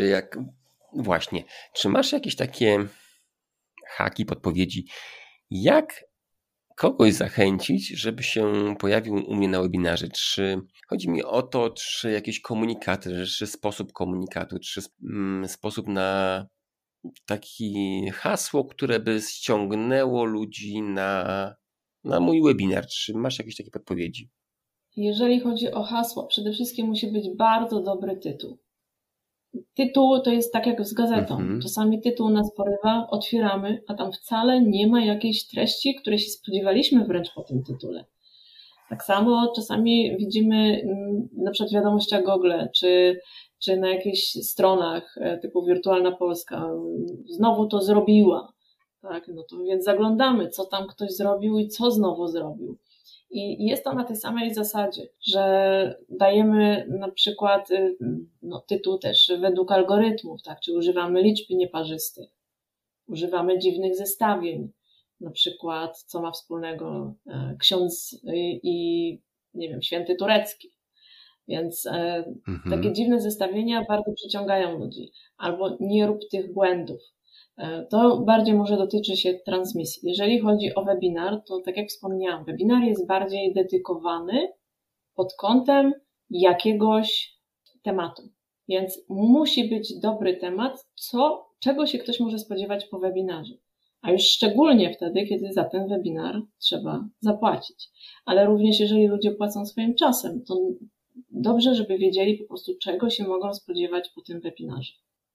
czy masz jakieś takie haki, podpowiedzi, jak kogoś zachęcić, żeby się pojawił u mnie na webinarze? Czy chodzi mi o to, czy jakieś komunikaty, czy sposób komunikatu, czy sposób na takie hasło, które by ściągnęło ludzi na mój webinar? Czy masz jakieś takie podpowiedzi? Jeżeli chodzi o hasło, przede wszystkim musi być bardzo dobry tytuł. Tytuł to jest tak jak z gazetą. Czasami tytuł nas porywa, otwieramy, a tam wcale nie ma jakiejś treści, której się spodziewaliśmy wręcz po tym tytule. Tak samo czasami widzimy na przykład w wiadomościach Google, czy na jakichś stronach typu Wirtualna Polska, znowu to zrobiła. Tak, to więc zaglądamy, co tam ktoś zrobił i co znowu zrobił. I jest to na tej samej zasadzie, że dajemy na przykład tytuł też według algorytmów, tak? Czy używamy liczb nieparzystych, używamy dziwnych zestawień, na przykład co ma wspólnego ksiądz i nie wiem, święty turecki. Więc takie dziwne zestawienia bardzo przyciągają ludzi. Albo nie rób tych błędów. To bardziej może dotyczy się transmisji. Jeżeli chodzi o webinar, to tak jak wspomniałam, webinar jest bardziej dedykowany pod kątem jakiegoś tematu. Więc musi być dobry temat, czego się ktoś może spodziewać po webinarze. A już szczególnie wtedy, kiedy za ten webinar trzeba zapłacić. Ale również jeżeli ludzie płacą swoim czasem, to dobrze, żeby wiedzieli po prostu, czego się mogą spodziewać po tym webinarze.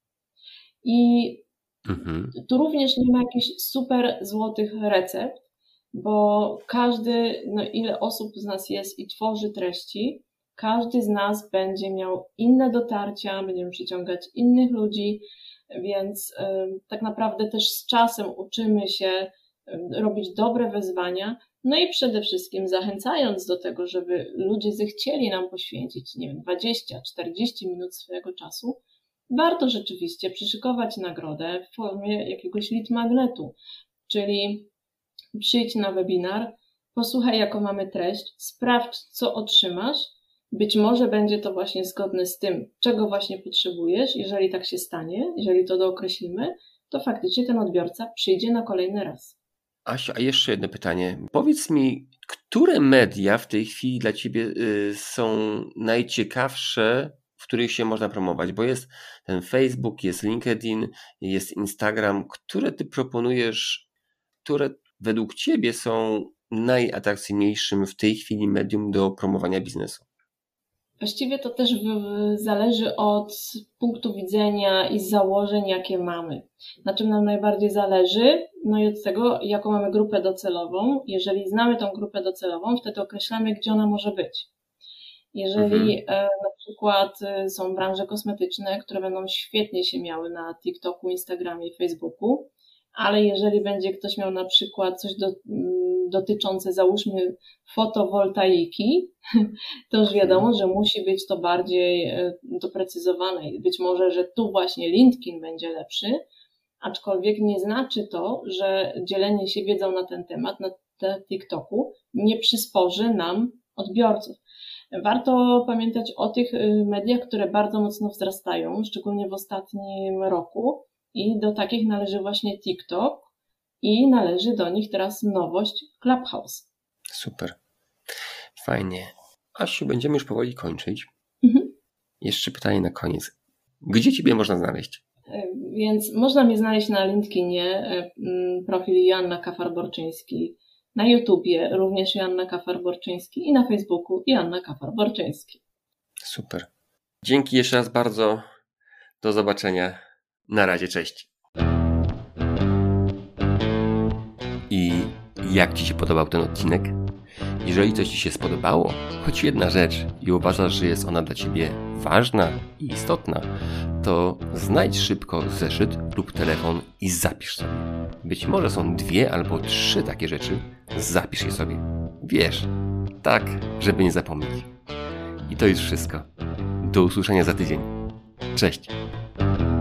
I tu również nie ma jakichś super złotych recept, bo każdy, ile osób z nas jest i tworzy treści, każdy z nas będzie miał inne dotarcia, będziemy przyciągać innych ludzi, więc tak naprawdę też z czasem uczymy się robić dobre wyzwania, i przede wszystkim zachęcając do tego, żeby ludzie zechcieli nam poświęcić, 20-40 minut swojego czasu, warto rzeczywiście przyszykować nagrodę w formie jakiegoś lead magnetu, czyli przyjdź na webinar, posłuchaj jaką mamy treść, sprawdź co otrzymasz, być może będzie to właśnie zgodne z tym, czego właśnie potrzebujesz, jeżeli tak się stanie, jeżeli to dookreślimy, to faktycznie ten odbiorca przyjdzie na kolejny raz. Asiu, a jeszcze jedno pytanie. Powiedz mi, które media w tej chwili dla Ciebie są najciekawsze, w których się można promować? Bo jest ten Facebook, jest LinkedIn, jest Instagram. Które Ty proponujesz, które według Ciebie są najatrakcyjniejszym w tej chwili medium do promowania biznesu? Właściwie to też zależy od punktu widzenia i założeń, jakie mamy. Na czym nam najbardziej zależy? No i od tego, jaką mamy grupę docelową. Jeżeli znamy tą grupę docelową, wtedy określamy, gdzie ona może być. Jeżeli na przykład są branże kosmetyczne, które będą świetnie się miały na TikToku, Instagramie i Facebooku, ale jeżeli będzie ktoś miał na przykład coś dotyczące, załóżmy, fotowoltaiki, to już wiadomo, że musi być to bardziej doprecyzowane i być może, że tu właśnie LinkedIn będzie lepszy, aczkolwiek nie znaczy to, że dzielenie się wiedzą na ten temat na TikToku nie przysporzy nam odbiorców. Warto pamiętać o tych mediach, które bardzo mocno wzrastają, szczególnie w ostatnim roku, i do takich należy właśnie TikTok i należy do nich teraz nowość Clubhouse. Super. Fajnie. Asiu, będziemy już powoli kończyć. Jeszcze pytanie na koniec. Gdzie Ciebie można znaleźć? Więc można mnie znaleźć na LinkedInie, profil Joanna Kafar-Borczyński, na YouTubie również Joanna Kafar-Borczyński i na Facebooku Joanna Kafar-Borczyński. Super. Dzięki jeszcze raz bardzo. Do zobaczenia. Na razie, cześć. I jak Ci się podobał ten odcinek? Jeżeli coś Ci się spodobało, choć jedna rzecz i uważasz, że jest ona dla Ciebie ważna i istotna, to znajdź szybko zeszyt lub telefon i zapisz sobie. Być może są 2 albo 3 takie rzeczy, zapisz je sobie. Wiesz, tak, żeby nie zapomnieć. I to już wszystko. Do usłyszenia za tydzień. Cześć.